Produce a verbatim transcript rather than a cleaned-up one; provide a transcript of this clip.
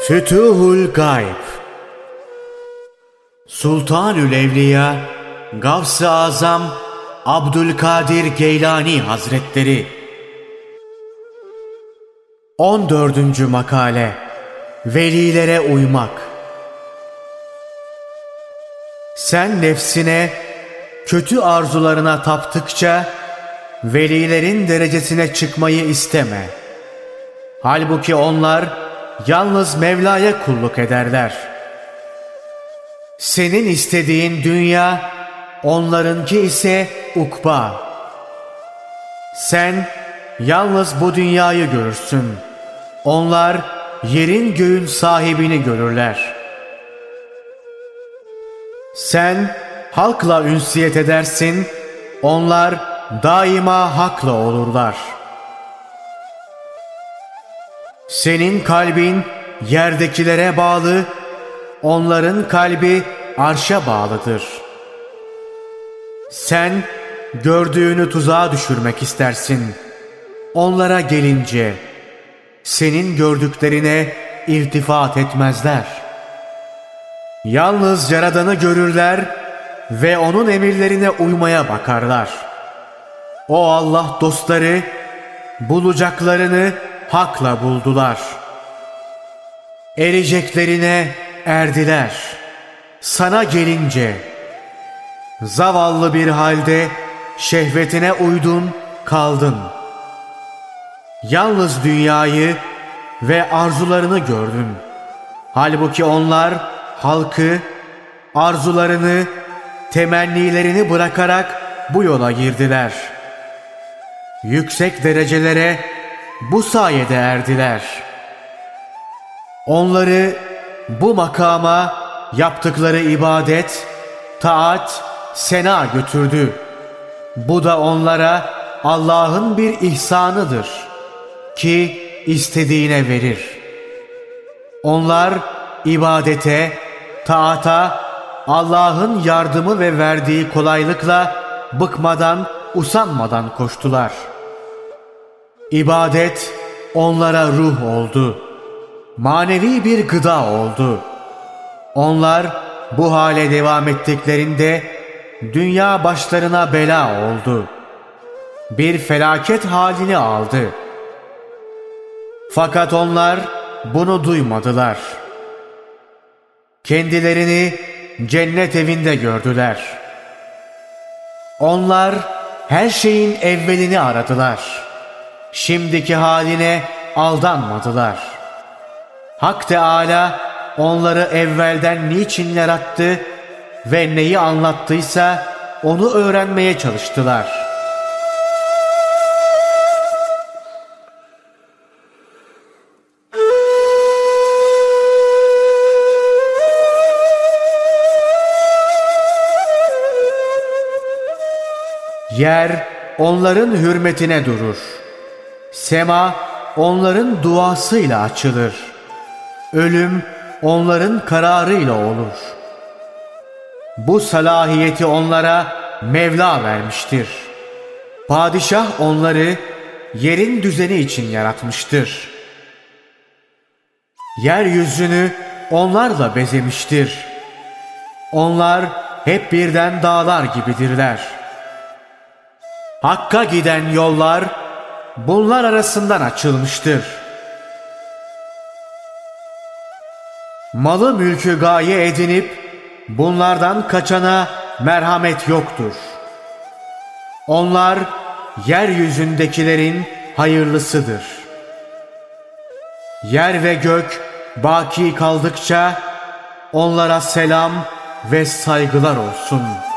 Fütuhul Gayb. Sultanül Evliya Gavs-ı Azam Abdülkadir Geylani Hazretleri. on dördüncü makale. Velilere uymak. Sen nefsine, kötü arzularına taptıkça velilerin derecesine çıkmayı isteme. Halbuki onlar yalnız Mevla'ya kulluk ederler. Senin istediğin dünya, onlarınki ise ukba. Sen yalnız bu dünyayı görürsün. Onlar yerin göğün sahibini görürler. Sen halkla ünsiyet edersin, onlar daima hakla olurlar. Senin kalbin yerdekilere bağlı, onların kalbi arşa bağlıdır. Sen gördüğünü tuzağa düşürmek istersin. Onlara gelince senin gördüklerine iltifat etmezler. Yalnız Yaradan'ı görürler ve onun emirlerine uymaya bakarlar. O Allah dostları bulacaklarını hakla buldular. Ereceklerine erdiler. Sana gelince zavallı bir halde şehvetine uydun kaldın. Yalnız dünyayı ve arzularını gördün. Halbuki onlar halkı, arzularını, temennilerini bırakarak bu yola girdiler. Yüksek derecelere bu sayede erdiler. Onları bu makama yaptıkları ibadet, taat, sena götürdü. Bu da onlara Allah'ın bir ihsanıdır ki istediğine verir. Onlar ibadete, taata, Allah'ın yardımı ve verdiği kolaylıkla bıkmadan, usanmadan koştular. İbadet onlara ruh oldu. Manevi bir gıda oldu. Onlar bu hale devam ettiklerinde dünya başlarına bela oldu. Bir felaket halini aldı. Fakat onlar bunu duymadılar. Kendilerini cennet evinde gördüler. Onlar her şeyin evvelini aradılar. Şimdiki haline aldanmadılar. Hak Teâlâ onları evvelden niçin yarattı ve neyi anlattıysa onu öğrenmeye çalıştılar. Yer onların hürmetine durur. Sema onların duasıyla açılır. Ölüm onların kararıyla olur. Bu salahiyeti onlara Mevla vermiştir. Padişah onları yerin düzeni için yaratmıştır. Yeryüzünü onlarla bezemiştir. Onlar hep birden dağlar gibidirler. Hakka giden yollar bunlar arasından açılmıştır. Malı mülkü gaye edinip bunlardan kaçana merhamet yoktur. Onlar yeryüzündekilerin hayırlısıdır. Yer ve gök baki kaldıkça onlara selam ve saygılar olsun.